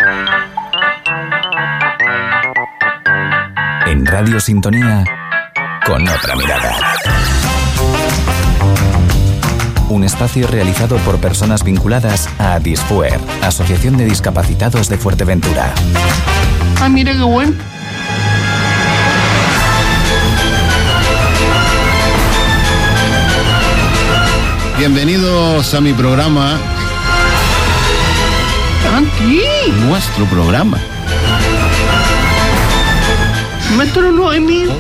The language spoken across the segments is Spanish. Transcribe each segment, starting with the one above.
En Radio Sintonía, Con Otra Mirada. Un espacio realizado por personas vinculadas a Disfuer, Asociación de Discapacitados de Fuerteventura. Ah, mira qué bueno. Bienvenidos a mi programa. Aquí. Nuestro programa. Esto no es mío.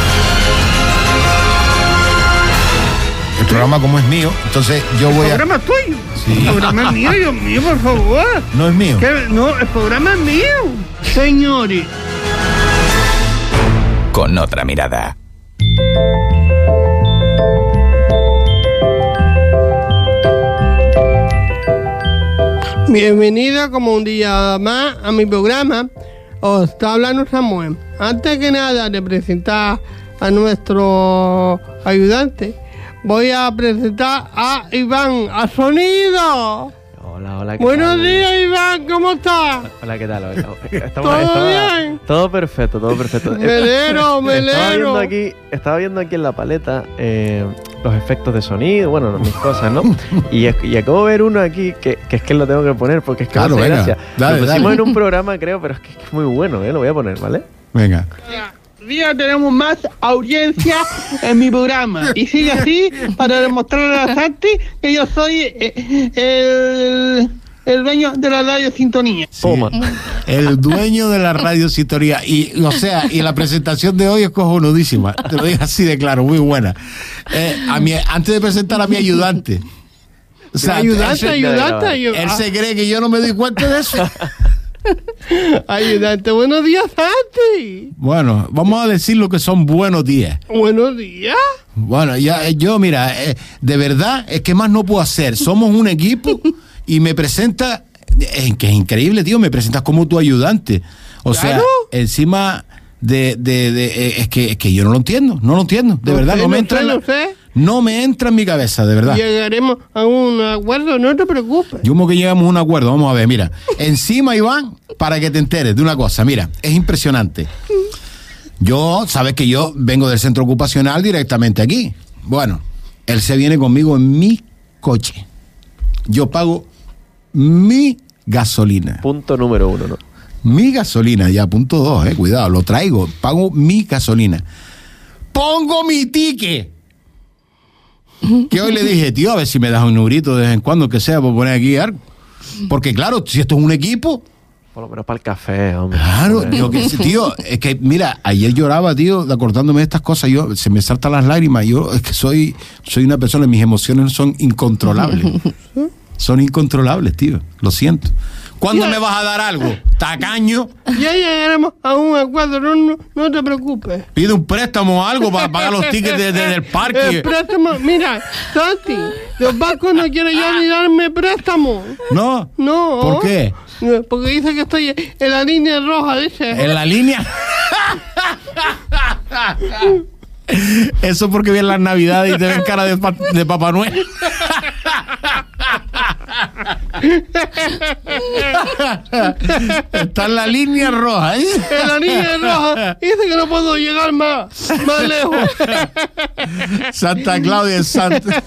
El programa como es mío, entonces yo voy a... El programa es tuyo. Sí. El programa es mío, Dios mío, por favor. No es mío. No, el programa es mío. Señores. Con Otra Mirada. Bienvenida como un día más a mi programa. Os está hablando Samuel. Antes que nada de presentar a nuestro ayudante, voy a presentar a Iván, a Sonido. Hola, ¿qué Buenos tal? días, Iván, ¿cómo estás? Hola, ¿qué tal? ¿Todo bien? Todo perfecto. Me alegro. Estaba viendo aquí en la paleta los efectos de sonido, bueno, mis cosas, ¿no? Y acabo de ver uno aquí que es que lo tengo que poner porque es que Claro, me hace venga, gracia. dale, Lo pusimos dale. en un programa, creo, pero es que es muy bueno, lo voy a poner, ¿vale? Venga. Día tenemos más audiencia en mi programa y sigue así para demostrarle a Santi que yo soy el dueño de la radio Sintonía. Toma. El dueño de la Radio Sintonía. Y la presentación de hoy es cojonudísima. Te lo digo así de claro, muy buena. Antes de presentar a mi ayudante. O sea, Ayudante. Él se cree que yo no me doy cuenta de eso. Ayudante, buenos días, Santi. Bueno, vamos a decir lo que son buenos días. Buenos días. Bueno, mira, de verdad, es que más no puedo hacer. Somos un equipo y me presenta, que es increíble, tío, me presentas como tu ayudante. O sea, encima es que yo no lo entiendo, de verdad, no me entra. No me entra en mi cabeza, de verdad. Llegaremos a un acuerdo, no te preocupes. Yo como que llegamos a un acuerdo, vamos a ver, mira. Encima, Iván, para que te enteres de una cosa, mira, es impresionante. Sabes que yo vengo del centro ocupacional directamente aquí. Bueno, él se viene conmigo en mi coche. Yo pago mi gasolina. Punto número 1, ¿no? Mi gasolina, ya, punto 2, cuidado, lo traigo, pago mi gasolina. Pongo mi ticket. Que hoy le dije, tío, a ver si me das un numerito de vez en cuando, que sea, por poner aquí algo. Porque claro, si esto es un equipo... Por lo menos para el café, hombre. Claro, tío, es que, mira, ayer lloraba, tío, acordándome de estas cosas, se me saltan las lágrimas, es que soy una persona, mis emociones son incontrolables. Son incontrolables, tío, lo siento. ¿Cuándo me vas a dar algo? ¿Tacaño? Ya llegaremos a un acuerdo, no te preocupes. Pide un préstamo o algo para pagar los tickets del parque. El préstamo, mira, Santi, los bancos no quieren ya ni darme préstamo. ¿No? No. ¿Por qué? Porque dice que estoy en la línea roja, dice. ¿En la línea? Eso porque vienen las navidades y te ven cara de Papá Noel. Está en la línea roja, ¿eh? En la línea roja. Dice que no puedo llegar más lejos. Santa Claudia es Santa.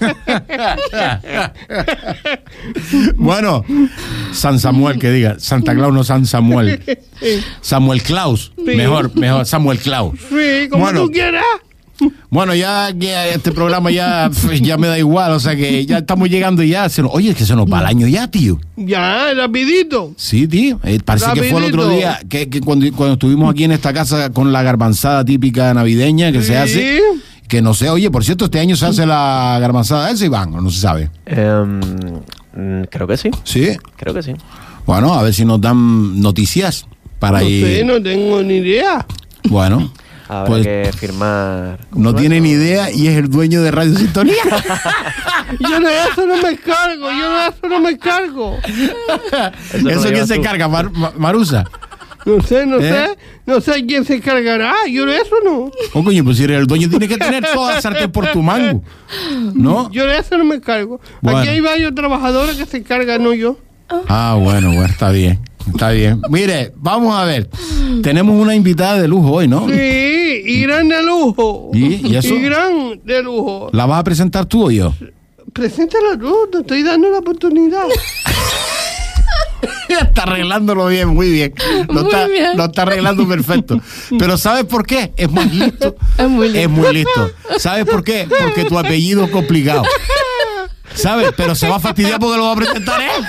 Bueno, San Samuel, que diga. Santa Claus, no San Samuel. Samuel Claus. Sí. Mejor, Samuel Claus. Sí, como bueno, tú quieras. Bueno, ya este programa ya me da igual, o sea que ya estamos llegando ya. Oye, es que se nos va el año ya, tío. Ya, rapidito. Sí, tío. Parece rapidito. Que fue el otro día que cuando estuvimos aquí en esta casa con la garbanzada típica navideña que se hace. Que no sé, oye, por cierto, este año se hace la garbanzada esa, Iván, ¿o no se sabe? Creo que sí. ¿Sí? Creo que sí. Bueno, a ver si nos dan noticias para ir. No sé, no tengo ni idea. Bueno. Habrá pues, que firmar. No tiene ni idea y es el dueño de Radio Sintonía. Yo de eso no me encargo. ¿Eso quién se encarga, Marusa? No sé quién se encargará. Yo de eso no. Oh, coño, pues si eres el dueño tienes que tener toda la sartén por tu mango, ¿no? Yo de eso no me encargo. Bueno. Aquí hay varios trabajadores que se encargan, no yo. Ah, bueno, está bien. Está bien. Mire, vamos a ver. Tenemos una invitada de lujo hoy, ¿no? Sí, y gran de lujo. ¿Y eso? Y gran de lujo. ¿La vas a presentar tú o yo? Preséntala tú, te estoy dando la oportunidad. Está arreglándolo bien, muy bien. Lo está arreglando perfecto. Pero ¿sabes por qué? Es muy listo. Es muy listo. Es muy listo. ¿Sabes por qué? Porque tu apellido es complicado. ¿Sabes? Pero se va a fastidiar porque lo va a presentar él.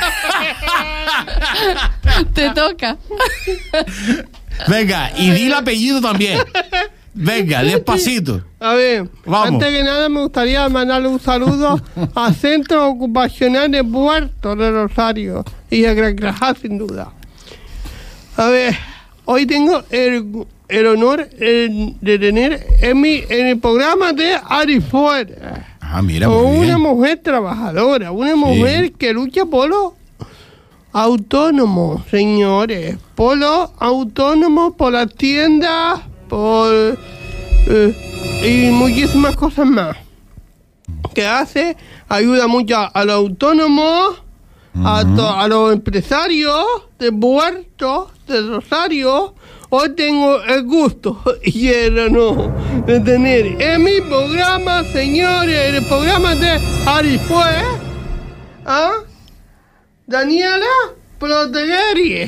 Te toca. Venga, y di el apellido también. Venga, despacito. A ver, Vamos. antes que nada me gustaría mandarle un saludo al Centro Ocupacional de Puerto de Rosario y a Gran Grajal, sin duda. A ver, hoy tengo el honor de tener en el programa de Arifuer Mira, muy bien. una mujer trabajadora, una mujer que lucha por los autónomos, señores, por los autónomos, por las tiendas, por y muchísimas cosas más que hace, ayuda mucho a los autónomos, a los empresarios de Puerto de Rosario. Hoy tengo el gusto y el honor de tener en mi programa, señores, en el programa de Arifuer, a Daniela Protegeri.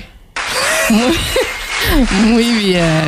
Muy bien.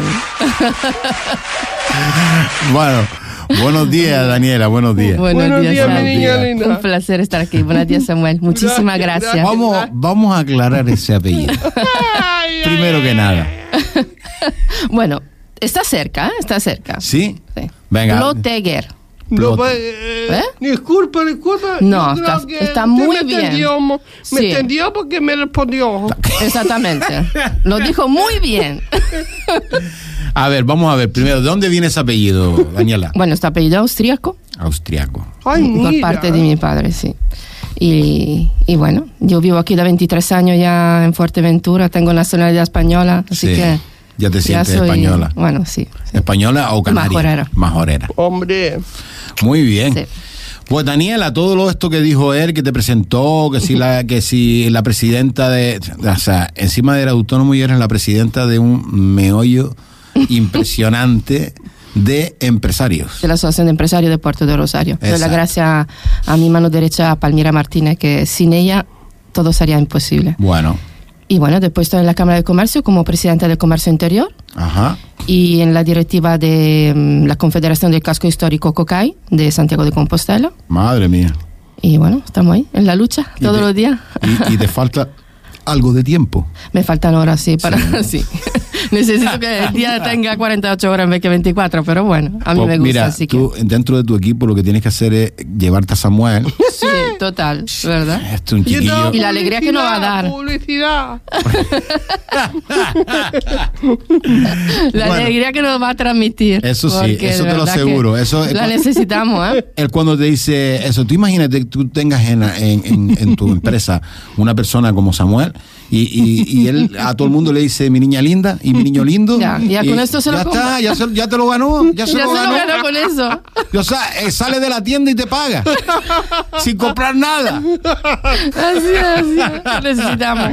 Bueno, buenos días, Daniela, buenos días. Buenos días, mi Samuel. niña linda. Un placer estar aquí. Buenos días, Samuel. Muchísimas Gracias, gracias. Vamos a aclarar ese apellido. Primero que nada. Bueno, está cerca, ¿eh? Está cerca. ¿Sí? Sí. Venga. Ploteguer. No, pues, ¿Eh? disculpa. No, Yo creo está- que está usted muy me bien. entendió, me Sí. entendió porque me respondió. Exactamente. Lo dijo muy bien. A ver, vamos a ver. Primero, ¿de dónde viene ese apellido, Daniela? Bueno, está apellido austríaco Austriaco. Ay, por mira. parte de mi padre, sí. Y bueno, yo vivo aquí de 23 años ya en Fuerteventura, tengo nacionalidad española, así Sí. que... Ya te sientes soy- española. Bueno, sí. Sí. ¿Española o canaria? Majorera. Majorera. Hombre, Muy bien. Sí. Pues Daniela, todo esto que dijo él, que te presentó, que si la presidenta de... O sea, encima de era autónomo y eres la presidenta de un meollo impresionante de empresarios. De la Asociación de Empresarios de Puerto de Rosario. Doy la Exacto. gracia a mi mano derecha, Palmira Martínez, que sin ella todo sería imposible. Bueno, Y bueno, después estoy en la Cámara de Comercio como presidenta del Comercio Interior ajá. y en la directiva de la Confederación del Casco Histórico COCAI de Santiago de Compostela. Madre mía. Y bueno, estamos ahí, en la lucha, Y todos te- los días. Y te falta algo de tiempo. Me faltan horas, sí, para... Sí. Necesito que el día tenga 48 horas en vez que 24, pero bueno, a mí Pues me gusta, mira, así que... tú dentro de tu equipo lo que tienes que hacer es llevarte a Samuel. Sí, total, ¿verdad? Este es un yo tengo chiquillo. Y la alegría que nos va a dar. Publicidad. La Bueno. alegría que nos va a transmitir. Eso sí, porque eso de te lo verdad que aseguro, eso es la necesitamos, ¿eh? Él cuando te dice eso, tú imagínate que tú tengas en tu empresa una persona como Samuel y él a todo el mundo le dice mi niña linda y mi niño lindo. Ya y con esto se lo ya compra. está, ya te lo ganó, ya se Ya lo se lo ganó. ganó con eso. O sea, sale de la tienda y te paga sin comprar nada. Así, necesitamos.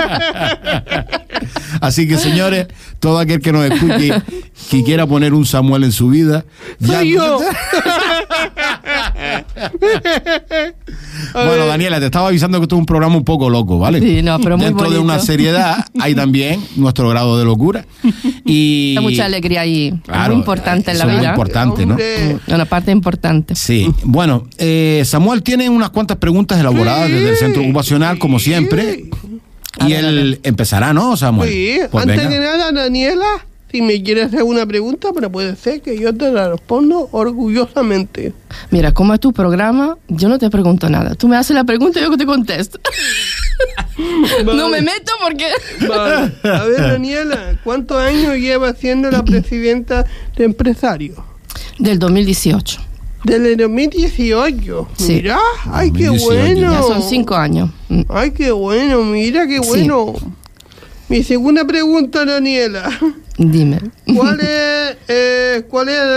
Así que señores, todo aquel que nos escuche que quiera poner un Samuel en su vida, Soy yo. Bueno, Daniela, te estaba avisando que esto es un programa un poco loco, ¿vale? Sí, no, pero muy Dentro de bonito. una seriedad hay también nuestro grado de locura. Y Hay mucha alegría ahí. Claro, muy importante en la eso es muy vida. importante, ¿no? Hombre. Una parte importante. Sí, bueno, Samuel tiene unas cuantas preguntas elaboradas desde el centro ocupacional, como siempre. Y él empezará, ¿no, Samuel? Sí, Pues antes venga. que nada, Daniela, si me quieres hacer una pregunta, pero puede ser que yo te la respondo orgullosamente. Mira, como es tu programa, yo no te pregunto nada. Tú me haces la pregunta y yo te contesto. No me meto porque... Vale. A ver, Daniela, ¿cuántos años lleva siendo la presidenta de empresarios? Del 2018. Desde el 2018. Sí. Mira, ay, qué 2018. bueno. Ya son 5 años. Ay, qué bueno, mira, qué Sí. bueno. Mi segunda pregunta, Daniela. Dime. ¿Cuál es,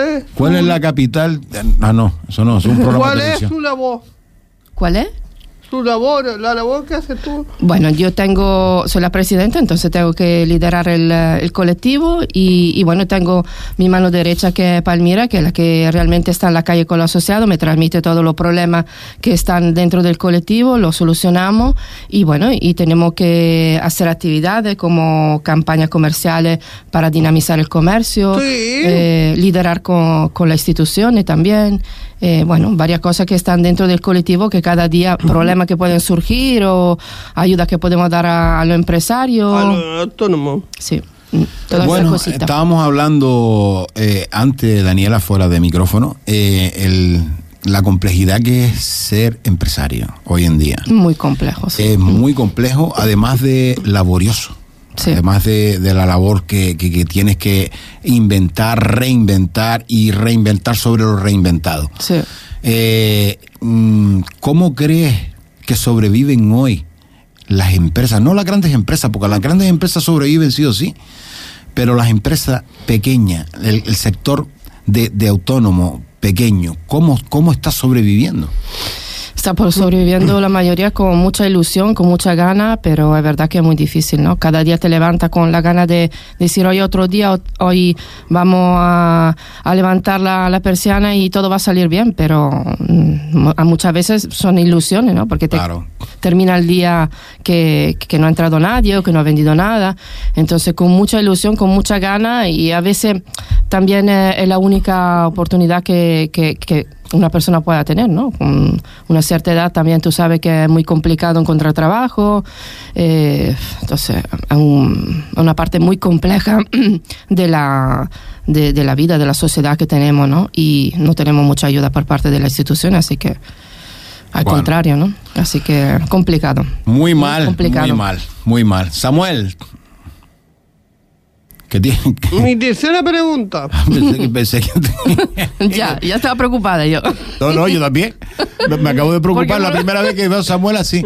¿Cuál es la capital? Ah, no, eso no, es un programa ¿Cuál de es televisión. su labor? ¿Cuál es? tu labor, la labor que haces tú? Bueno, soy la presidenta, entonces tengo que liderar el colectivo y bueno, tengo mi mano derecha que es Palmira, que es la que realmente está en la calle con los asociados, me transmite todos los problemas que están dentro del colectivo, los solucionamos y bueno, y tenemos que hacer actividades como campañas comerciales para dinamizar el comercio, liderar con las instituciones también. Bueno, varias cosas que están dentro del colectivo, que cada día problemas que pueden surgir o ayudas que podemos dar a los empresarios. A los autónomos. Sí, todas bueno, esas cositas. Estábamos hablando antes, Daniela, fuera de micrófono, la complejidad que es ser empresario hoy en día. Muy complejo, sí. Es muy complejo, además de laborioso. Sí. Además de la labor que tienes que inventar, reinventar y reinventar sobre lo reinventado. Sí. ¿Cómo crees que sobreviven hoy las empresas? No las grandes empresas, porque las grandes empresas sobreviven sí o sí, pero las empresas pequeñas, el sector de autónomo pequeño, ¿cómo está sobreviviendo? Está sobreviviendo la mayoría con mucha ilusión, con mucha gana, pero es verdad que es muy difícil, ¿no? Cada día te levantas con la gana de decir, hoy otro día, hoy vamos a levantar la persiana y todo va a salir bien, pero muchas veces son ilusiones, ¿no? Porque termina el día que no ha entrado nadie o que no ha vendido nada. Entonces, con mucha ilusión, con mucha gana, y a veces también es la única oportunidad que una persona pueda tener, ¿no? Con una cierta edad también tú sabes que es muy complicado encontrar trabajo, entonces es una parte muy compleja de la vida, de la sociedad que tenemos, ¿no? Y no tenemos mucha ayuda por parte de la institución, así que al contrario, ¿no? Así que complicado. Muy mal. Samuel, mi tercera pregunta. Pensé que ya estaba preocupada yo. No, yo también. Me acabo de preocupar la primera vez que veo a Samuel así.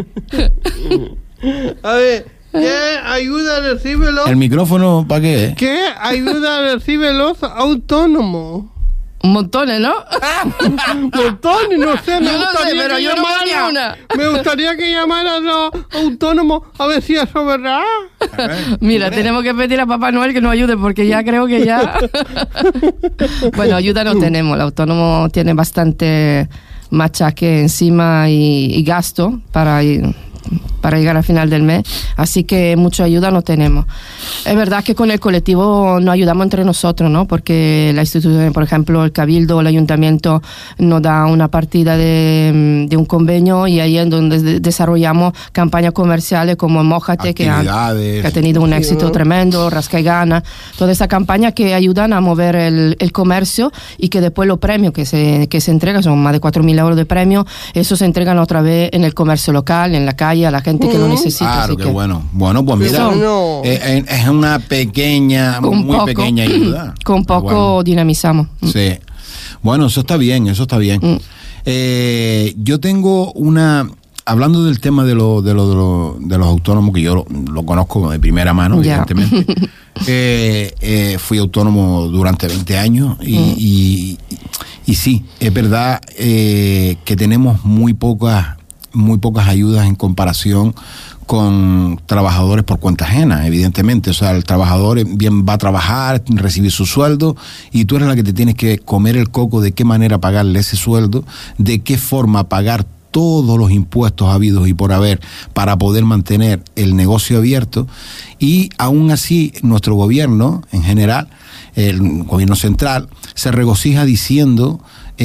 A ver, ¿qué ayuda reciben los... ¿El micrófono para qué? ¿Qué ayuda reciben los autónomos? Montones, ¿no? Montones, no sé, pero yo no tengo una. Me gustaría que llamaran a los autónomos a ver si eso es verdad. Mira, tenemos que pedir a Papá Noel que nos ayude porque ya creo que ya... Bueno, ayuda no tenemos. El autónomo tiene bastante machaque encima y gasto para llegar al final del mes, así que mucha ayuda no tenemos. Es verdad que con el colectivo nos ayudamos entre nosotros, ¿no? Porque la institución, por ejemplo, el Cabildo o el Ayuntamiento nos da una partida de un convenio y ahí es donde desarrollamos campañas comerciales como Mójate, que ha tenido un éxito tremendo, Rasca y Gana, toda esa campaña que ayudan a mover el comercio y que después los premios que se entregan, son más de 4.000 euros de premios, eso se entregan otra vez en el comercio local, en la calle, a la gente que lo necesita. Claro, qué bueno. Bueno, pues mira, es una pequeña, muy pequeña ayuda. Con poco dinamizamos. Sí. Bueno, eso está bien. Yo tengo hablando del tema de los autónomos, que yo lo conozco de primera mano, evidentemente. Fui autónomo durante 20 años y sí, es verdad que tenemos muy pocas ayudas en comparación con trabajadores por cuenta ajena, evidentemente. O sea, el trabajador bien va a trabajar, recibir su sueldo, y tú eres la que te tienes que comer el coco de qué manera pagarle ese sueldo, de qué forma pagar todos los impuestos habidos y por haber para poder mantener el negocio abierto. Y aún así nuestro gobierno en general, el gobierno central, se regocija diciendo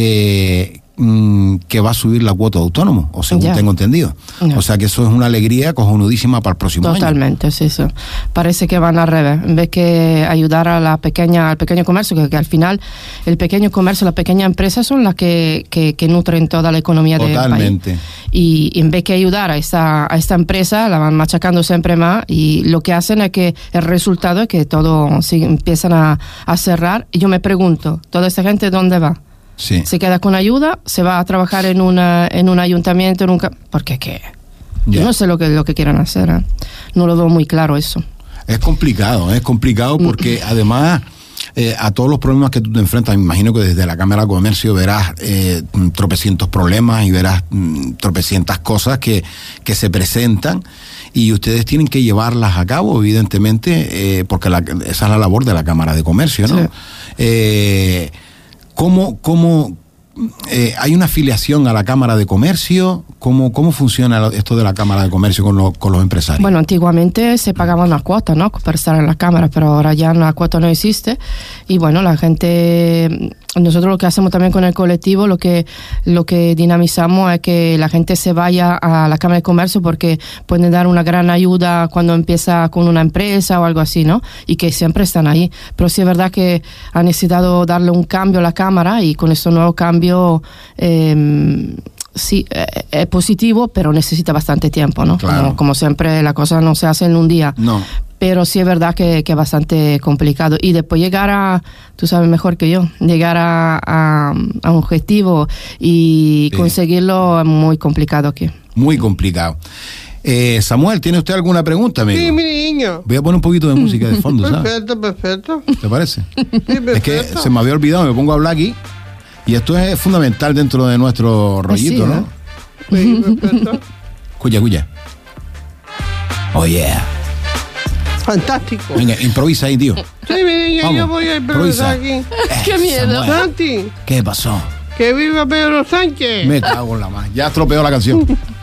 que va a subir la cuota de autónomo, o según tengo entendido. O sea que eso es una alegría cojonudísima para el próximo año. Totalmente, sí, eso. Parece que van al revés. En vez que ayudar al pequeño comercio, que al final el pequeño comercio, las pequeñas empresas son las que nutren toda la economía del país. Y en vez que ayudar a esta empresa, la van machacando siempre más, y lo que hacen es que el resultado es que todo empiezan a cerrar. Y yo me pregunto, ¿toda esta gente dónde va? Sí. Se queda con ayuda, se va a trabajar en un ayuntamiento, porque qué. Yo no sé lo que quieran hacer, ¿eh? No lo veo muy claro eso. Es complicado porque además a todos los problemas que tú te enfrentas. Me imagino que desde la Cámara de Comercio verás tropecientos problemas y verás tropecientas cosas que se presentan y ustedes tienen que llevarlas a cabo, evidentemente, porque esa es la labor de la Cámara de Comercio, ¿no? Sí. ¿Cómo hay una afiliación a la Cámara de Comercio? ¿Cómo funciona esto de la Cámara de Comercio con los empresarios? Bueno, antiguamente se pagaba una cuota, ¿no?, para estar en la Cámara, pero ahora ya la cuota no existe. Y bueno, la gente, nosotros lo que hacemos también con el colectivo, lo que dinamizamos es que la gente se vaya a la Cámara de Comercio porque pueden dar una gran ayuda cuando empieza con una empresa o algo así, ¿no? Y que siempre están ahí. Pero sí es verdad que ha necesitado darle un cambio a la Cámara y con este nuevo cambio sí, es positivo, pero necesita bastante tiempo, ¿no? Claro. Como siempre, la cosa no se hace en un día. No. Pero sí es verdad que es bastante complicado. Y después llegar tú sabes mejor que yo, llegar a un objetivo y conseguirlo es muy complicado aquí. Muy complicado. Samuel, ¿tiene usted alguna pregunta, amigo? Sí, mi niño. Voy a poner un poquito de música de fondo, ¿sabes? Perfecto. ¿Te parece? Sí, perfecto. Es que se me había olvidado, me pongo a hablar aquí. Y esto es fundamental dentro de nuestro rollito, sí, ¿no? Sí, perfecto. Escucha. Oh, yeah. Fantástico. Venga, improvisa ahí, tío. Sí, mi niño, Vamos, yo voy a improvisar aquí. ¡Qué miedo! Samuel, Santi, ¿qué pasó? que viva Pedro Sánchez. Me cago en la mano. Ya estropeó la canción.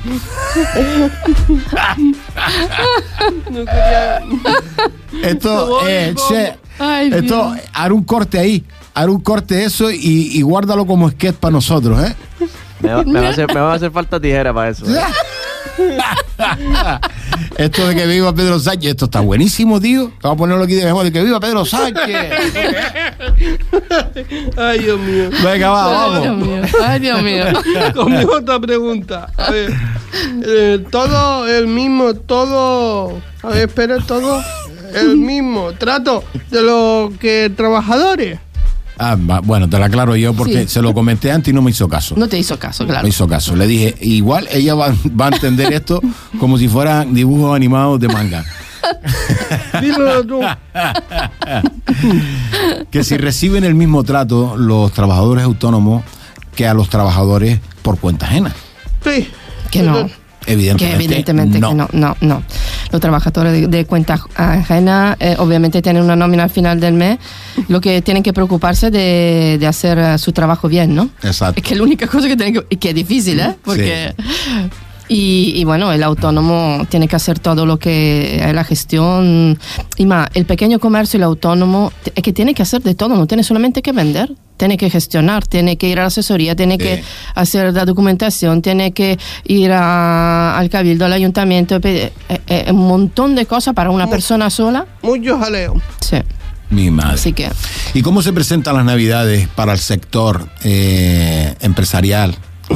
No quería... Esto, che, Ay, esto, Dios. haré un corte ahí. Haré un corte eso y guárdalo como sketch para nosotros, ¿eh? Me va a hacer falta tijera para eso. Esto de que viva Pedro Sánchez, esto está buenísimo, tío. Vamos a ponerlo aquí de mejor, de que viva Pedro Sánchez. Ay, Dios mío. Venga, Ay, Dios vamos. mío. Ay, Dios mío. Con mi otra pregunta. A ver, todo el mismo, todo... A ver, espera, todo el mismo trato de los que trabajadores. Bueno, te la aclaro yo porque Sí. se lo comenté antes y no me hizo caso. No te hizo caso, claro. No hizo caso. Le dije, igual ella va a entender esto como si fueran dibujos animados de manga. Dímelo tú. Que si reciben el mismo trato los trabajadores autónomos que a los trabajadores por cuenta ajena. Sí. Que no. Evidentemente que no. Los trabajadores de cuenta ajena obviamente tienen una nómina al final del mes. Lo que tienen que preocuparse de hacer su trabajo bien, ¿no? Exacto. Es que la única cosa que tienen que es difícil, ¿eh? Porque... Y bueno, el autónomo tiene que hacer todo lo que es la gestión. Y más, el pequeño comercio y el autónomo es que tiene que hacer de todo, no tiene solamente que vender, tiene que gestionar, tiene que ir a la asesoría, tiene que hacer la documentación, tiene que ir al cabildo, al ayuntamiento, un montón de cosas para una persona sola. Mucho jaleo. Sí. Mi madre. Así que... ¿Y cómo se presentan las Navidades para el sector empresarial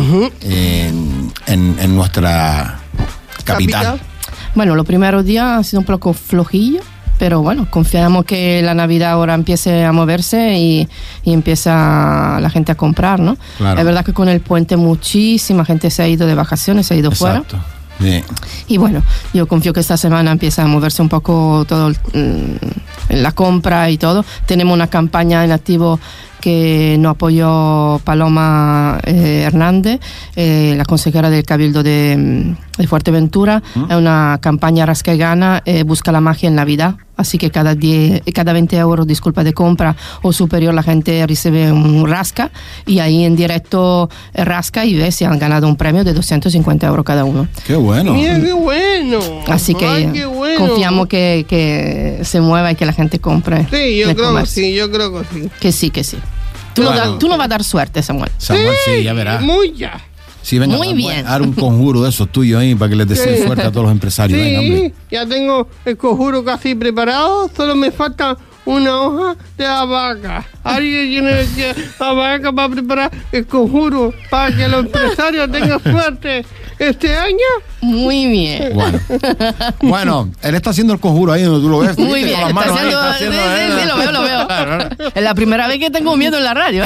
en nuestra capital? Bueno, los primeros días ha sido un poco flojillo, pero bueno, confiamos que la Navidad ahora empiece a moverse y empieza la gente a comprar, ¿no? Claro. Es verdad que con el puente muchísima gente se ha ido de vacaciones, se ha ido fuera. Sí. Y bueno, yo confío que esta semana empieza a moverse un poco todo la compra y todo. Tenemos una campaña en activo que nos apoyó Paloma Hernández, la consejera del Cabildo de Fuerteventura. Es una campaña rasca y gana, busca la magia en Navidad. Así que cada 20 euros, de compra o superior, la gente recibe un rasca y ahí en directo rasca y ve si han ganado un premio de 250 euros cada uno. Qué bueno. Mira, qué bueno. Así que Ay, qué bueno. confiamos que se mueva y que la gente compre. Sí, en el yo comercio. creo que sí. Que sí. Tú Claro. no vas a dar suerte, Samuel. Samuel, sí, ya verás. Muy ya. Sí, venga, Muy bien. Haz un conjuro de esos tuyos ahí para que les deseen Sí. suerte a todos los empresarios. Venga, Sí, hombre. ya tengo el conjuro casi preparado, solo me falta una hoja de abaca. Alguien tiene abaca para preparar el conjuro para que los empresarios tengan suerte este año? Muy bien. Bueno, él está haciendo el conjuro ahí donde tú lo ves. Muy bien. Está haciendo, sí, lo veo. Es la primera vez que tengo miedo en la radio.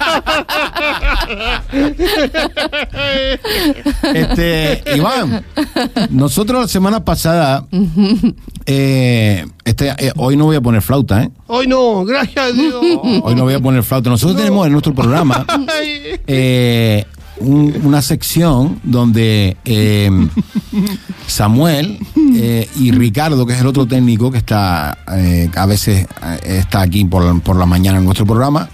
Iván, nosotros la semana pasada, hoy no voy a poner flauta, ¿eh? Hoy no, gracias a Dios. Hoy no voy a poner flauta. Nosotros tenemos en nuestro programa una sección donde Samuel y Ricardo, que es el otro técnico que está a veces está aquí por la mañana en nuestro programa,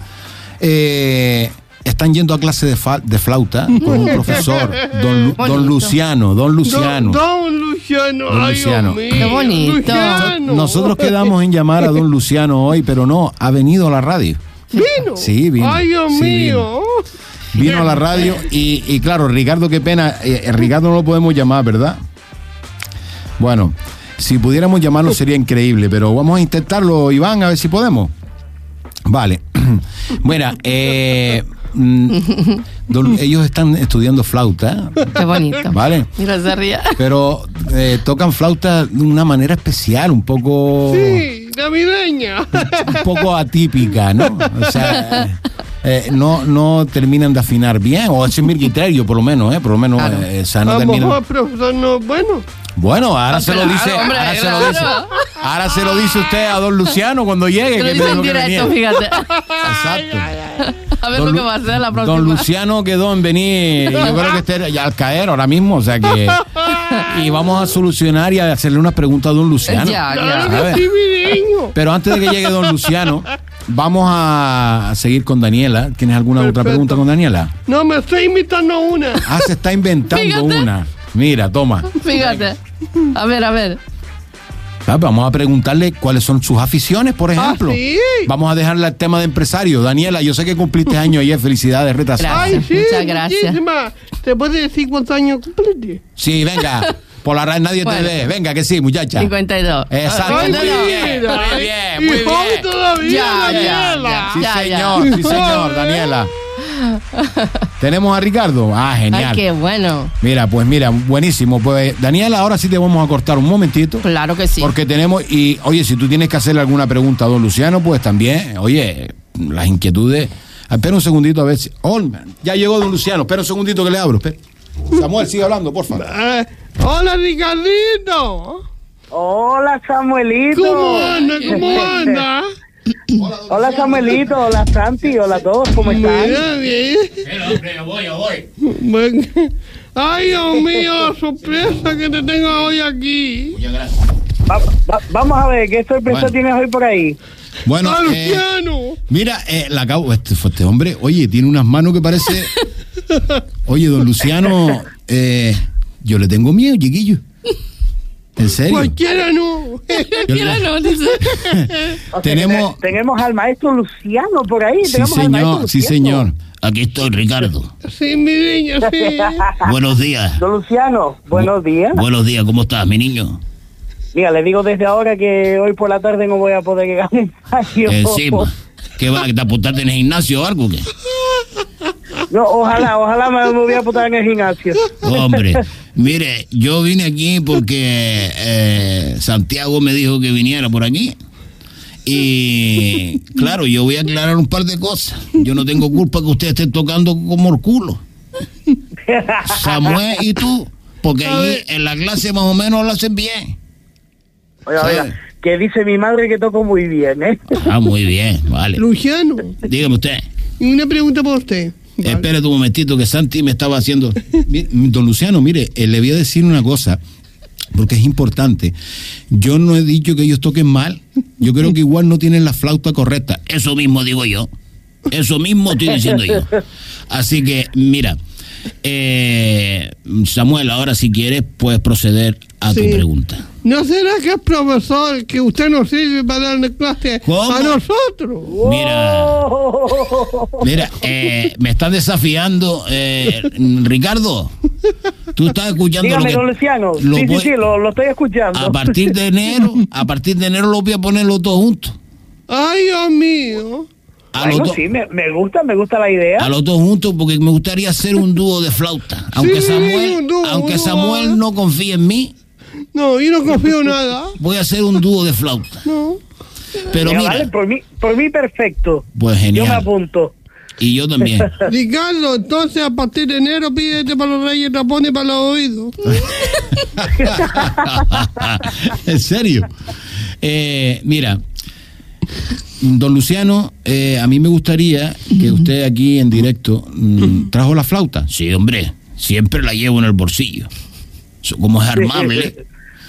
están yendo a clase de flauta con un profesor, don Luciano. Don Luciano, ay, Dios mío. Qué bonito. Luciano. Nosotros quedamos en llamar a don Luciano hoy, pero no, ha venido a la radio. ¿Vino? Sí, vino. Ay, Dios mío. Vino a la radio y claro, Ricardo, qué pena, Ricardo no lo podemos llamar, ¿verdad? Bueno, si pudiéramos llamarlo sería increíble, pero vamos a intentarlo, Iván, a ver si podemos. Vale. Mira, ellos están estudiando flauta. Qué bonito. ¿Vale? Mira, se ríe. Pero tocan flauta de una manera especial, un poco... Sí, navideña. Un poco atípica, ¿no? O sea... no terminan de afinar bien, o ese es mi criterio, por lo menos, por lo menos, claro. O sea, no A lo terminan. mejor el profesor no es bueno. Bueno, ahora se lo dice, hombre, ahora se lo dice usted a don Luciano cuando llegue. Lo Que dice me en dijo que directo, venía. fíjate. Exacto. A ver lo que va a hacer la próxima. Don Luciano quedó en venir, yo creo que esté ya al caer ahora mismo, o sea que... Y vamos a solucionar y a hacerle unas preguntas a don Luciano. Ya. Claro que sí, mi niño. Pero antes de que llegue don Luciano, vamos a seguir con Daniela. ¿Tienes alguna otra Perfecto. pregunta con Daniela? No, me estoy imitando una. Se está inventando Fíjate. una. Mira, toma. Fíjate. A ver. Vamos a preguntarle cuáles son sus aficiones, por ejemplo. ¿sí? Vamos a dejarle el tema de empresario. Daniela, yo sé que cumpliste años ayer. Felicidades, retrasadas. Ay, sí, Muchas gracias. muchísimas. ¿Te puedes decir cuántos años cumpliste? Sí, venga. Por la radio nadie Bueno. te ve. Venga, que sí, muchacha. 52. Exacto. Ay, Muy bien, mira, muy bien, muy y joven bien. todavía, Ya, Daniela. Sí, Ya. señor, Daniela. ¿Tenemos a Ricardo? Genial. Ay, qué bueno. Mira, buenísimo. Pues, Daniela, ahora sí te vamos a cortar un momentito. Claro que sí. Porque tenemos, y oye, si tú tienes que hacerle alguna pregunta a don Luciano, pues también, oye, las inquietudes. Espera un segundito a ver si. Oh, ya llegó don Luciano, espera un segundito que le abro. Espera. Samuel, sigue hablando, por favor. Hola, Ricardito. Hola, Samuelito. ¿Cómo anda? Hola, Samuelito. Hola, Santi. Hola a todos. ¿Cómo están? Mira, bien. Yo voy. Bueno, ay, Dios mío, la sorpresa que te tengo hoy aquí. Muchas gracias. Vamos a ver, ¿qué sorpresa Bueno. tienes hoy por ahí? Bueno, ¡Ah, Luciano! mira, la acabo, este hombre, oye, tiene unas manos que parece. Oye, don Luciano, yo le tengo miedo, chiquillo. ¿En serio? Cualquiera no. Mira, no, dice. O sea, Tenemos- tenemos al maestro Luciano por ahí. Sí, tenemos al maestro señor, sí, Luciano. señor. Aquí estoy, Ricardo. Sí, mi niño, sí. Buenos días. Don Luciano, buenos días. Buenos días, ¿cómo estás, mi niño? Mira, le digo desde ahora que hoy por la tarde no voy a poder llegar al gimnasio. ¿Qué va? ¿Que te apuntaste en el gimnasio o algo? ¿Qué? No, ojalá me voy a apuntar en el gimnasio. Hombre, mire, yo vine aquí porque Santiago me dijo que viniera por aquí. Y claro, yo voy a aclarar un par de cosas. Yo no tengo culpa que ustedes estén tocando como el culo. Samuel y tú, porque allí en la clase más o menos lo hacen bien. Oiga, que dice mi madre que toco muy bien, ¿eh? Muy bien, vale. Luciano, Dígame usted. y una pregunta para usted. Vale. Espérate un momentito que Santi me estaba haciendo. Don Luciano, mire, le voy a decir una cosa, porque es importante. Yo no he dicho que ellos toquen mal. Yo creo que igual no tienen la flauta correcta. Eso mismo digo yo. Eso mismo estoy diciendo yo. Así que, mira, Samuel, ahora si quieres puedes proceder a tu Sí. pregunta. ¿No será que es profesor que usted nos sirve para darle clase ¿Cómo? a nosotros? Mira, me estás desafiando, Ricardo. Tú estás escuchando Dígame, lo don que Luciano. lo Sí, voy- lo estoy escuchando. a partir de enero lo voy a poner los dos juntos. Ay, Dios mío. Bueno, sí, me gusta la idea. A los dos juntos, porque me gustaría hacer un dúo de flauta. Aunque Samuel no confíe en mí. No, yo no confío en nada. Voy a hacer un dúo de flauta. No. Pero mira, vale, por mí perfecto. Pues genial. Yo me apunto. Y yo también. Ricardo, entonces a partir de enero pídete para los Reyes Rapones y para los oídos. ¿En serio? Mira, don Luciano, a mí me gustaría que usted aquí en directo trajo la flauta. Sí, hombre, siempre la llevo en el bolsillo. Como es armable.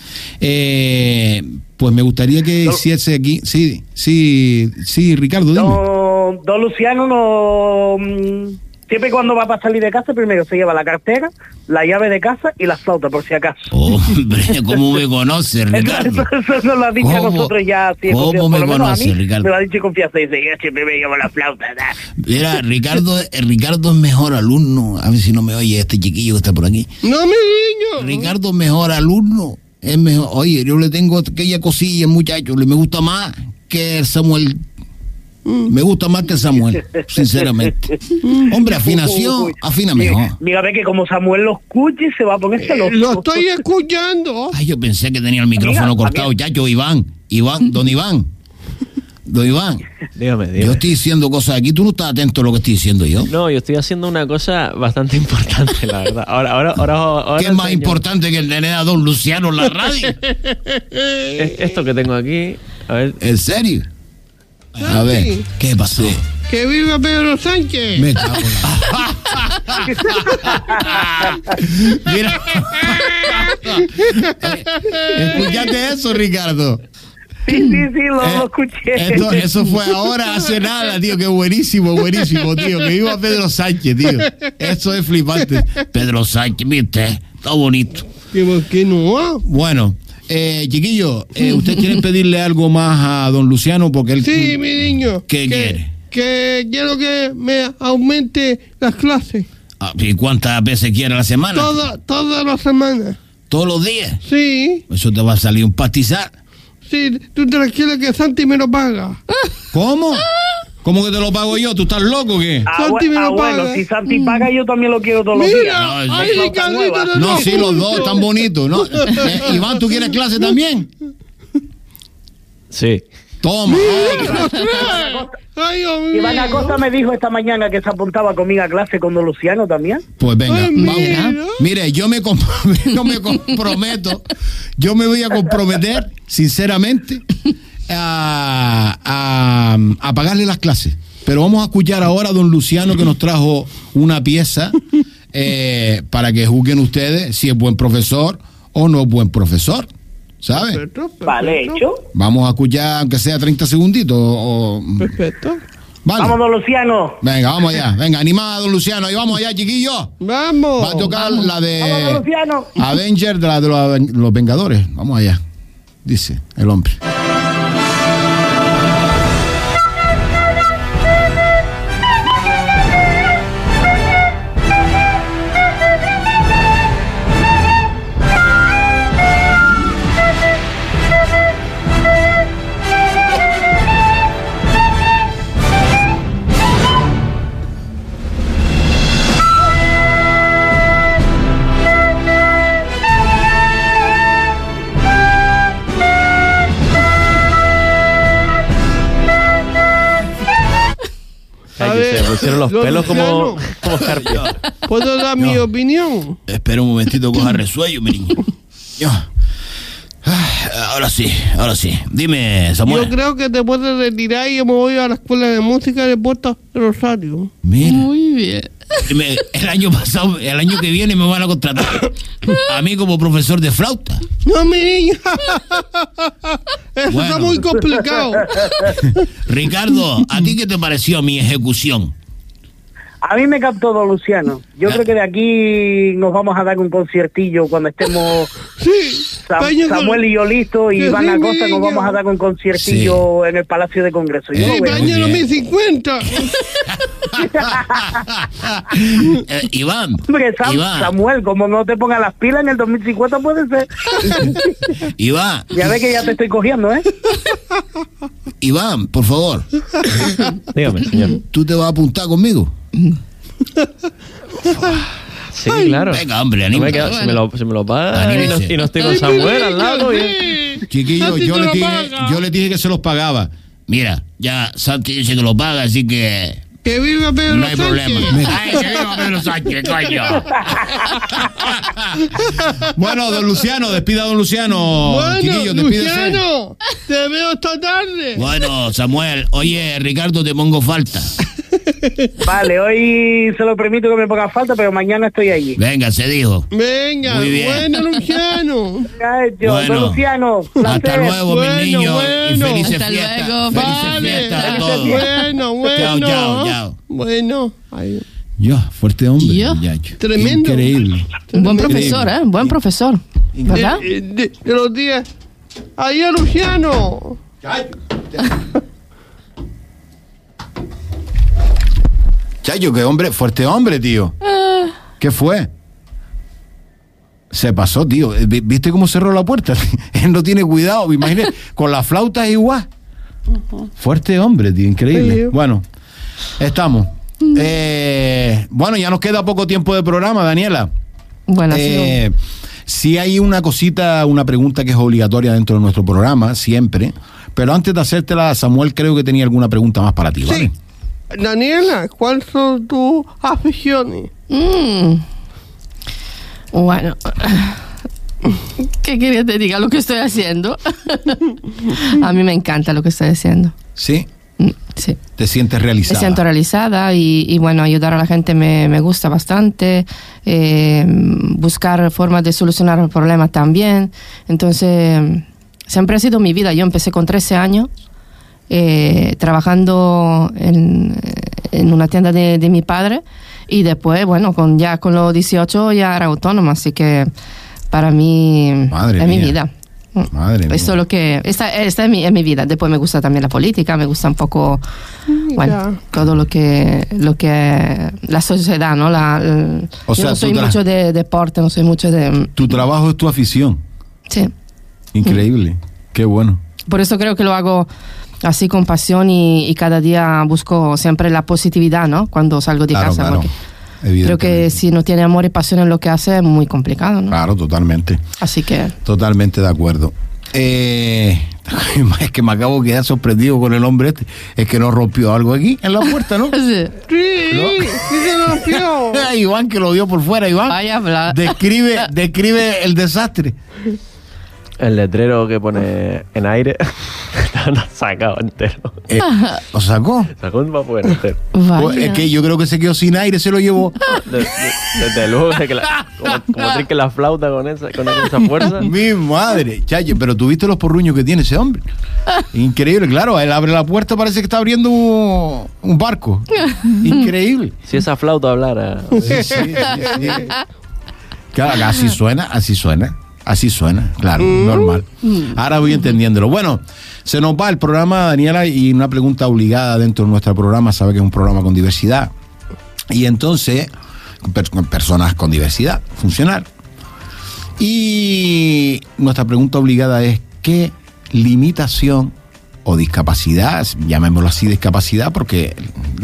Pues me gustaría que hiciese aquí. Sí, Ricardo, dime. Don Luciano siempre cuando va para salir de casa primero se lleva la cartera, la llave de casa y la flauta por si acaso. Hombre, ¿cómo me conoce, Ricardo? Eso nos lo ha dicho a nosotros ya. ¿Cómo me conoce, Ricardo? Me lo ha dicho con confianza y dice, yo siempre me llevo la flauta. Mira, Ricardo es mejor alumno. A ver si no me oye este chiquillo que está por aquí. No, mi niño. Ricardo es mejor alumno. Es mejor. Oye, yo le tengo aquella cosilla, muchacho, me gusta más que el Samuel. Me gusta más que Samuel, sinceramente. Hombre, afinación, afina mejor. Mira, ve que como Samuel lo escuche, se va a poner celoso. Lo estoy escuchando. Ay, yo pensé que tenía el micrófono cortado, chacho. Don Iván. Dígame. Yo estoy diciendo cosas aquí, tú no estás atento a lo que estoy diciendo yo. No, yo estoy haciendo una cosa bastante importante, la verdad. Ahora ¿qué es más importante que el tener a don Luciano en la radio? Esto que tengo aquí, a ver. ¿En serio? A ver, ¿qué pasó? ¡Que viva Pedro Sánchez! Me cago en la... Mira. ¿Escuchaste eso, Ricardo? Sí, lo escuché. Eso fue ahora, hace nada, tío. Qué buenísimo, tío. Que viva Pedro Sánchez, tío. Eso es flipante. Pedro Sánchez, viste, está bonito. ¿Por qué no? Bueno, chiquillos, ¿ustedes quieren pedirle algo más a don Luciano? Porque él, sí, mi niño. ¿Qué quiere? Que quiero que me aumente las clases. ¿Y cuántas veces quiere a la semana? Todas las semanas. ¿Todos los días? Sí. Eso te va a salir un pastizal. Sí, tú tranquilo que Santi me lo paga. ¿Cómo? ¿Cómo que te lo pago yo? ¿Tú estás loco o qué? Santi me lo paga. Bueno, si Santi paga, yo también lo quiero todos los días. Mira, ay, Ricardito, no, sí, los dos están bonitos, ¿no? Iván, ¿tú quieres clase también? Sí. Toma. Ay, Dios mío. Iván Acosta me dijo esta mañana que se apuntaba conmigo a clase con don Luciano también. Pues venga, Ay, vamos. Mire, yo me comprometo, yo me voy a comprometer, sinceramente, a pagarle las clases. Pero vamos a escuchar ahora a don Luciano, que nos trajo una pieza para que juzguen ustedes si es buen profesor o no es buen profesor. ¿Sabes? Perfecto. Vale, hecho. Vamos a escuchar, aunque sea 30 segunditos. Perfecto. Vale. Vamos, don Luciano. Venga, vamos allá. Venga, animada, don Luciano. Ahí vamos allá, chiquillos. Vamos. Va a tocar la de Vamos, don Luciano. Avenger, de los Vengadores. Vamos allá. Dice el hombre. Se pusieron los pelos como escarpios. ¿Puedo dar mi opinión? Espera un momentito, coja resuello, mi niño. Ahora sí. Dime, Samuel. Yo creo que te puedes retirar y yo me voy a la escuela de música de Puerto Rosario. Mira. Muy bien. El año que viene me van a contratar a mí como profesor de flauta. No, mi niña. Eso está muy complicado. Ricardo, ¿a ti qué te pareció mi ejecución? A mí me captó don Luciano. Yo creo que de aquí nos vamos a dar un conciertillo cuando estemos Samuel y yo listos, y Iván Acosta nos vamos a dar un conciertillo en el Palacio de Congreso. Sí, año 2050. Iván, Hombre, Iván. Samuel, como no te pongas las pilas en el 2050 puede ser. Iván. Ya ves que ya te estoy cogiendo, ¿eh? Iván, por favor. Dígame, señor. ¿Tú te vas a apuntar conmigo? Sí, claro. Venga, hombre, No me anímate. queda- si me lo paga Anímese. y no estoy con Samuel al lado. Chiquillo, Santi yo te le lo dije, paga. yo les dije que se los pagaba. Mira, ya Santi dice que lo paga, así que ¡Que viva Pedro no hay Sánchez! problema. ¡Ay, que viva Pedro Sánchez, coño! Bueno, don Luciano, despida a don Luciano. Bueno, Chiquillo, despídese. Luciano, te veo esta tarde. Bueno, Samuel, oye, Ricardo, te pongo falta. Vale, hoy se lo permito que me ponga falta, pero mañana estoy allí. Venga, se dijo. Venga, Muy bien. bueno, Luciano. Ya hecho, Bueno, don Luciano, Hasta placer. luego, Bueno, mis niños. bueno. Y felices Hasta fiestas. luego. Felices Vale. fiestas a todos. Bueno, bueno. Chao, chao. Bueno, ay, Yo, fuerte hombre. Yo. muchacho. Tremendo. Increíble. Un buen profesor, ¿eh? Buen profesor. ¿Verdad? de los días. Ahí a Luciano. Chayo, qué hombre, fuerte hombre, tío. ¿Qué fue? Se pasó, tío. ¿Viste cómo cerró la puerta? Él no tiene cuidado, me imaginé. Con la flauta es igual. Fuerte hombre, tío, increíble. Sí. Bueno, estamos. Bueno, ya nos queda poco tiempo de programa, Daniela. Bueno, sí. Sí hay una cosita, una pregunta que es obligatoria dentro de nuestro programa, siempre. Pero antes de hacértela, Samuel creo que tenía alguna pregunta más para ti, ¿vale? Sí. Daniela, ¿cuáles son tus aficiones? Bueno, ¿qué quería que te diga? Lo que estoy haciendo. A mí me encanta lo que estoy haciendo. Sí. Sí. Te sientes realizada. Me siento realizada y bueno, ayudar a la gente me gusta bastante. Buscar formas de solucionar los problemas también. Entonces, siempre ha sido mi vida. Yo empecé con 13 años trabajando en una tienda de mi padre y después, bueno, ya con los 18 ya era autónoma, así que para mí Madre es mía. mi vida. Madre mía. Esto es lo que esta es mi vida. Después me gusta también la política, me gusta un poco, bueno, todo lo que la sociedad, ¿no? O sea, yo no soy tú mucho de deporte, no soy mucho de... Tu trabajo es tu afición. Sí. Increíble. Qué bueno. Por eso creo que lo hago así con pasión y cada día busco siempre la positividad, ¿no? Cuando salgo de casa. Claro. Porque creo Evidentemente. que si no tiene amor y pasión en lo que hace es muy complicado, ¿no? Claro, totalmente. Así que... Totalmente de acuerdo. Es que me acabo de quedar sorprendido con el hombre este. Es que nos rompió algo aquí en la puerta, ¿no? Sí. Sí, sí se rompió. Iván, que lo vio por fuera, Iván. Vaya, habla. Describe el desastre. El letrero que pone en aire está sacado entero. ¿Lo sacó? Sacó un vapor entero. Vaya. Pues es que yo creo que se quedó sin aire, se lo llevó. Desde luego, de que como trinque la flauta con esa fuerza. Mi madre, Chayo, pero tú viste los porruños que tiene ese hombre. Increíble, claro, él abre la puerta, parece que está abriendo un barco. Increíble. Si esa flauta hablara. Claro, así suena, claro, normal. Ahora voy entendiéndolo. Bueno, se nos va el programa, Daniela, y una pregunta obligada dentro de nuestro programa, sabe que es un programa con diversidad. Y entonces, personas con diversidad funcional. Y nuestra pregunta obligada es, ¿qué limitación o discapacidad, llamémoslo así discapacidad, porque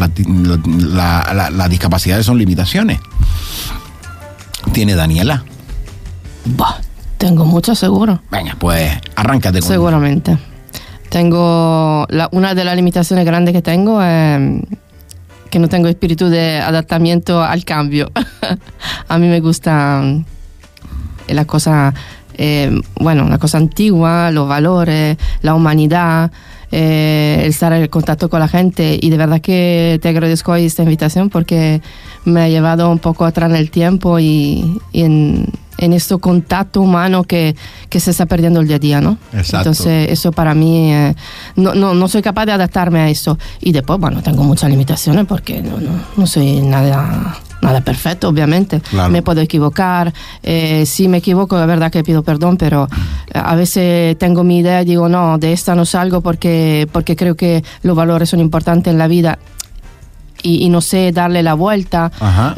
las discapacidades son limitaciones, tiene Daniela? Bah, tengo mucho seguro. Venga, pues arráncate con Seguramente. Tengo una de las limitaciones grandes que tengo es que no tengo espíritu de adaptamiento al cambio. A mí me gusta la cosa, la cosa antigua, los valores, la humanidad, el estar en contacto con la gente, y de verdad que te agradezco hoy esta invitación porque me ha llevado un poco atrás en el tiempo y en este contacto humano que se está perdiendo el día a día, ¿no? Exacto. Entonces eso para mí no soy capaz de adaptarme a eso, y después bueno, tengo muchas limitaciones porque no soy nada perfecto, obviamente. Claro. Me puedo equivocar, si me equivoco de verdad que pido perdón, pero a veces tengo mi idea y digo no, de esta no salgo porque creo que los valores son importantes en la vida y no sé darle la vuelta. Ajá.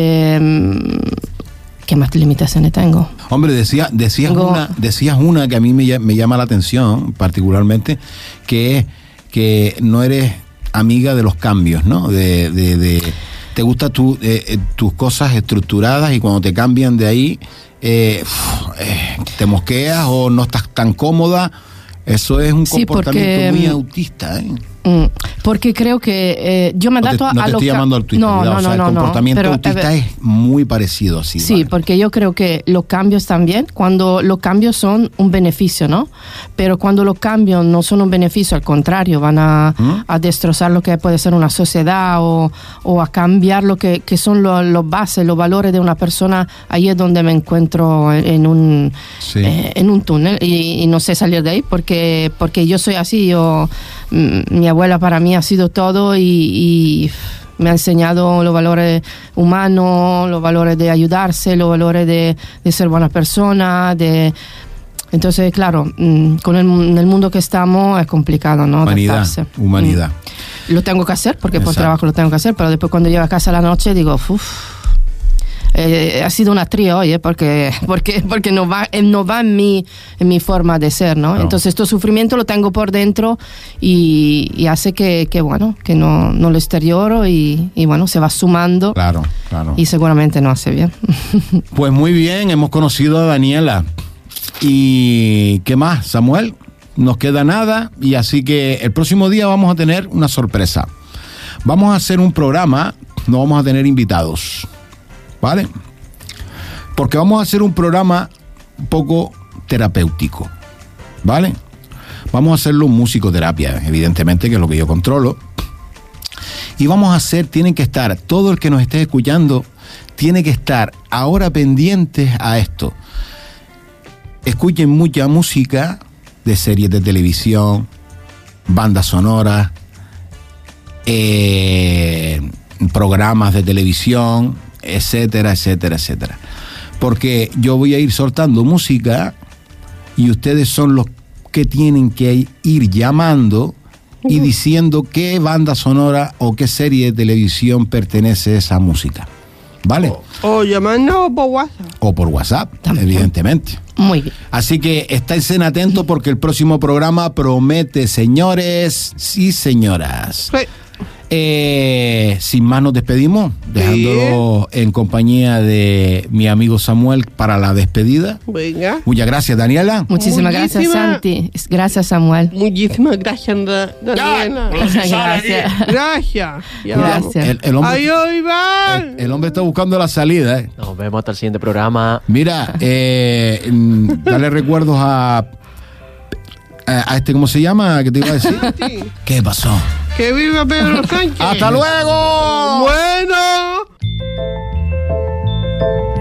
¿Qué más limitaciones tengo? Hombre, decías una que a mí me llama la atención particularmente, que es que no eres amiga de los cambios, ¿no? Te gustan tus cosas estructuradas y cuando te cambian de ahí, te mosqueas o no estás tan cómoda. Eso es un comportamiento muy autista, ¿eh? Porque creo que yo me adapto a no te estoy llamando autista, el comportamiento autista es muy parecido así. Sí, ¿vale? porque yo creo que los cambios también, cuando los cambios son un beneficio, ¿no? Pero cuando los cambios no son un beneficio, al contrario, van a destrozar lo que puede ser una sociedad o a cambiar lo que son los bases, los valores de una persona. Ahí es donde me encuentro en un túnel y no sé salir de ahí porque yo soy así. Mi abuela para mí ha sido todo y me ha enseñado los valores humanos, los valores de ayudarse, los valores de ser buena persona, entonces claro, con el mundo que estamos es complicado, ¿no? Adaptarse. Humanidad. Lo tengo que hacer porque por trabajo lo tengo que hacer, pero después cuando llego a casa a la noche digo, ha sido una tría hoy, porque no va en mi forma de ser, ¿no? Entonces este sufrimiento lo tengo por dentro y hace que no lo exterioro y bueno, se va sumando. Claro. Y seguramente no hace bien. Pues muy bien, hemos conocido a Daniela. ¿Y qué más, Samuel? Nos queda nada y así que el próximo día vamos a tener una sorpresa. Vamos a hacer un programa, no vamos a tener invitados, ¿vale? Porque vamos a hacer un programa un poco terapéutico, ¿vale? Vamos a hacerlo musicoterapia, evidentemente, que es lo que yo controlo. Y vamos a hacer, tienen que estar, todo el que nos esté escuchando, tiene que estar ahora pendientes a esto. Escuchen mucha música de series de televisión, bandas sonoras, programas de televisión, etcétera. Porque yo voy a ir soltando música y ustedes son los que tienen que ir llamando y diciendo qué banda sonora o qué serie de televisión pertenece a esa música. ¿Vale? O llamando por WhatsApp. O por WhatsApp, también. Evidentemente. Muy bien. Así que estáis atentos porque el próximo programa promete, señores y señoras. Sí. Sin más nos despedimos, dejándolo en compañía de mi amigo Samuel para la despedida. Venga. Muchas gracias, Daniela. Muchísimas gracias, Santi. Gracias, Samuel. Muchísimas gracias, Daniela. Gracias. El hombre, Adiós, Iván. el hombre está buscando la salida. Nos vemos hasta el siguiente programa. Mira, dale recuerdos a este, ¿cómo se llama? ¿Qué te iba a decir? ¿Qué pasó? ¡Que viva Pedro Sánchez! ¡Hasta luego! Bueno.